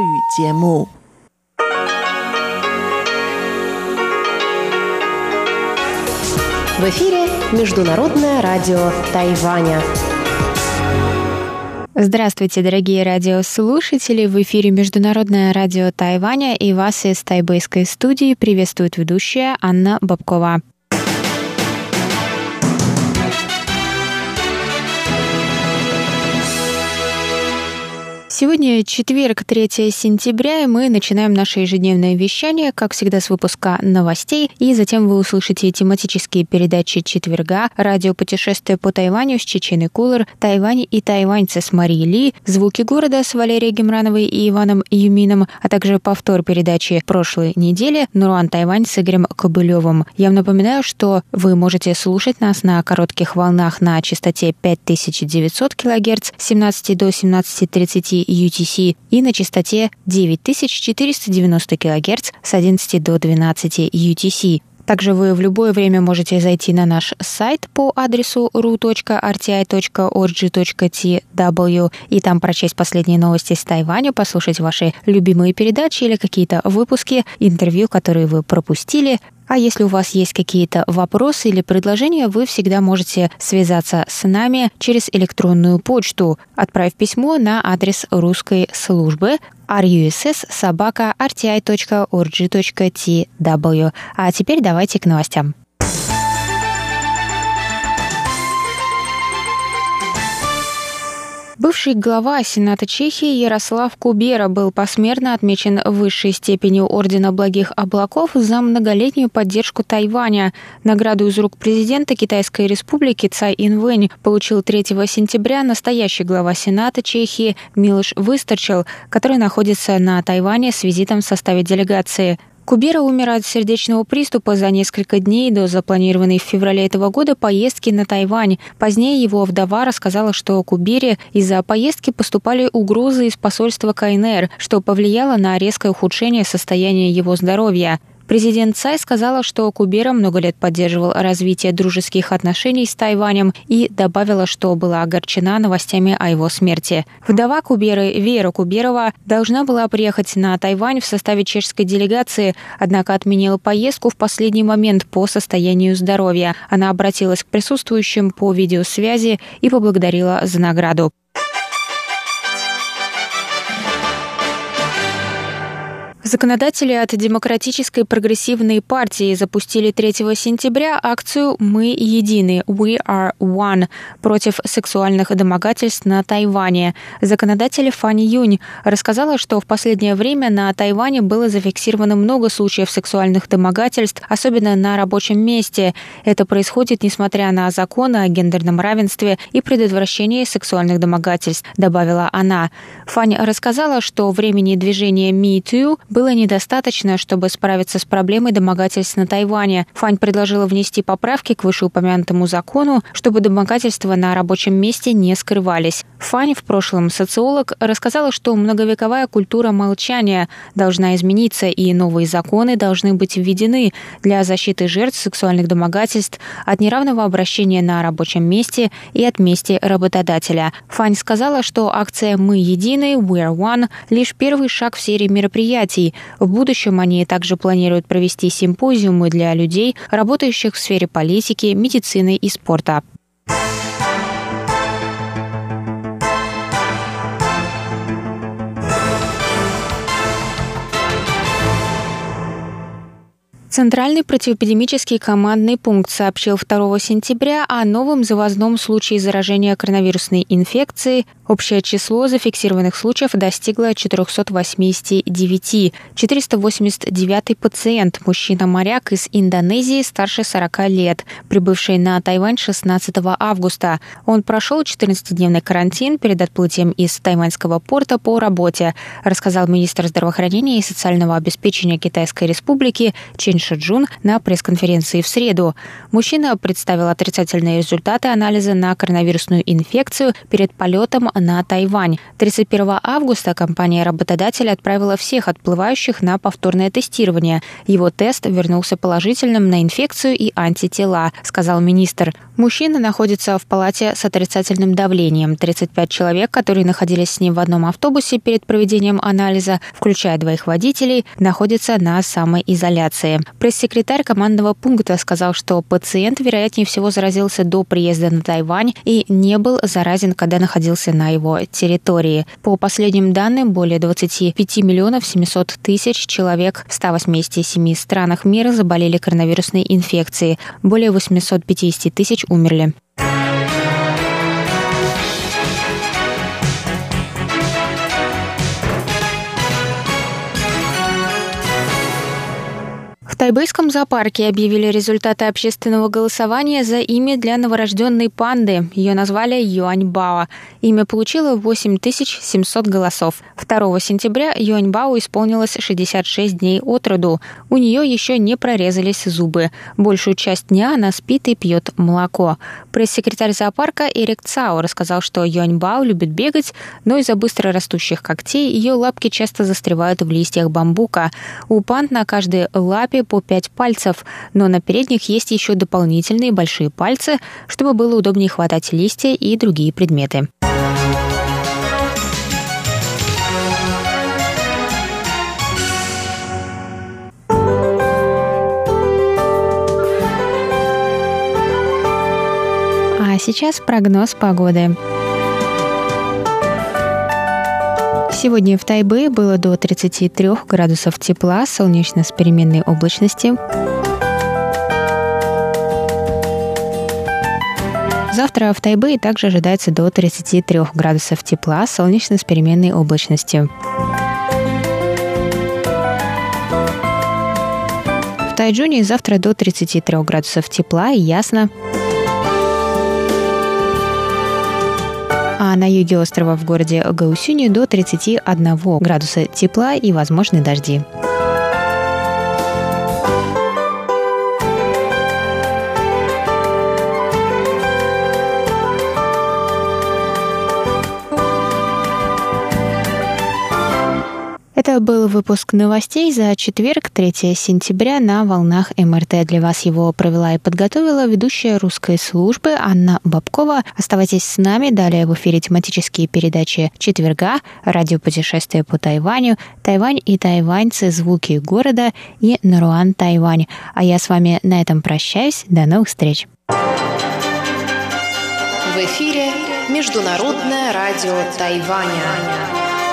节目。В эфире Международное радио Тайваня. Здравствуйте, дорогие радиослушатели! В эфире Международное радио Тайваня, и вас из тайбэйской студии приветствует ведущая Анна Бабкова. Сегодня четверг, 3 сентября, и мы начинаем наше ежедневное вещание, как всегда, с выпуска новостей, и затем вы услышите тематические передачи четверга, радиопутешествие по Тайваню с Чеченой Кулар, Тайвань и тайваньцы с Марией Ли, звуки города с Валерией Гемрановой и Иваном Юмином, а также повтор передачи прошлой недели «Нуруан Тайвань» с Игорем Кобылевым. Я вам напоминаю, что вы можете слушать нас на коротких волнах на частоте 5900 кГц с 17 до 17:30 UTC и на частоте 9490 кГц с 11 до 12 UTC. Также вы в любое время можете зайти на наш сайт по адресу ru.rti.org.tw и там прочесть последние новости с Тайваня, послушать ваши любимые передачи или какие-то выпуски, интервью, которые вы пропустили. А если у вас есть какие-то вопросы или предложения, вы всегда можете связаться с нами через электронную почту, отправив письмо на адрес русской службы russ@rti.org.tw. А теперь давайте к новостям. Бывший глава Сената Чехии Ярослав Кубера был посмертно отмечен высшей степенью Ордена Благих Облаков за многолетнюю поддержку Тайваня. Награду из рук президента Китайской Республики Цай Инвэнь получил 3 сентября настоящий глава Сената Чехии Милош Выстарчил, который находится на Тайване с визитом в составе делегации. Кубера умер от сердечного приступа за несколько дней до запланированной в феврале этого года поездки на Тайвань. Позднее его вдова рассказала, что Кубере из-за поездки поступали угрозы из посольства КНР, что повлияло на резкое ухудшение состояния его здоровья. Президент Цай сказала, что Кубера много лет поддерживал развитие дружеских отношений с Тайванем и добавила, что была огорчена новостями о его смерти. Вдова Куберы Вера Куберова должна была приехать на Тайвань в составе чешской делегации, однако отменила поездку в последний момент по состоянию здоровья. Она обратилась к присутствующим по видеосвязи и поблагодарила за награду. Законодатели от Демократической прогрессивной партии запустили 3 сентября акцию «Мы едины» (We are one) против сексуальных домогательств на Тайване. Законодатель Фан Юнь рассказала, что в последнее время на Тайване было зафиксировано много случаев сексуальных домогательств, особенно на рабочем месте. Это происходит несмотря на законы о гендерном равенстве и предотвращении сексуальных домогательств, добавила она. Фань рассказала, что времени движения Me Too было недостаточно, чтобы справиться с проблемой домогательств на Тайване. Фань предложила внести поправки к вышеупомянутому закону, чтобы домогательства на рабочем месте не скрывались. Фань, в прошлом социолог, рассказала, что многовековая культура молчания должна измениться, и новые законы должны быть введены для защиты жертв сексуальных домогательств от неравного обращения на рабочем месте и от мести работодателя. Фань сказала, что акция «Мы едины» (We are one) лишь первый шаг в серии мероприятий. В будущем они также планируют провести симпозиумы для людей, работающих в сфере политики, медицины и спорта. Центральный противоэпидемический командный пункт сообщил 2 сентября о новом завозном случае заражения коронавирусной инфекцией. Общее число зафиксированных случаев достигло 489. 489-й пациент, мужчина-моряк из Индонезии старше 40 лет, прибывший на Тайвань 16 августа. Он прошел 14-дневный карантин перед отплытием из тайваньского порта по работе, рассказал министр здравоохранения и социального обеспечения Китайской Республики Чен Шиджун на пресс-конференции в среду. Мужчина представил отрицательные результаты анализа на коронавирусную инфекцию перед полетом на Тайвань. 31 августа компания-работодатель отправила всех отплывающих на повторное тестирование. Его тест вернулся положительным на инфекцию и антитела, сказал министр. Мужчина находится в палате с отрицательным давлением. 35 человек, которые находились с ним в одном автобусе перед проведением анализа, включая 2 водителей, находятся на самоизоляции. Пресс-секретарь командного пункта сказал, что пациент, вероятнее всего, заразился до приезда на Тайвань и не был заразен, когда находился на его территории. По последним данным, более 25 миллионов 700 тысяч человек в 187 странах мира заболели коронавирусной инфекцией. Более 850 тысяч умерли. В тайбэйском зоопарке объявили результаты общественного голосования за имя для новорожденной панды. Ее назвали Юаньбао. Имя получило 8700 голосов. 2 сентября Юаньбао исполнилось 66 дней от роду. У нее еще не прорезались зубы. Большую часть дня она спит и пьет молоко. Пресс-секретарь зоопарка Эрик Цао рассказал, что Юаньбао любит бегать, но из-за быстро растущих когтей ее лапки часто застревают в листьях бамбука. У панд на каждой лапе по 5 пальцев, но на передних есть еще дополнительные большие пальцы, чтобы было удобнее хватать листья и другие предметы. А сейчас прогноз погоды. Сегодня в Тайбэе было до 33 градусов тепла, солнечно с переменной облачностью. Завтра в Тайбэе также ожидается до 33 градусов тепла, солнечно с переменной облачностью. В Тайчжуне завтра до 33 градусов тепла и ясно. А на юге острова в городе Гаосюни до 31 градуса тепла и возможны дожди. Это был выпуск новостей за четверг, 3 сентября на волнах МРТ. Для вас его провела и подготовила ведущая русской службы Анна Бабкова. Оставайтесь с нами. Далее в эфире тематические передачи четверга, радиопутешествие по Тайваню, Тайвань и тайваньцы, звуки города и Наруан, Тайвань. А я с вами на этом прощаюсь. До новых встреч. В эфире Международное радио Тайваня.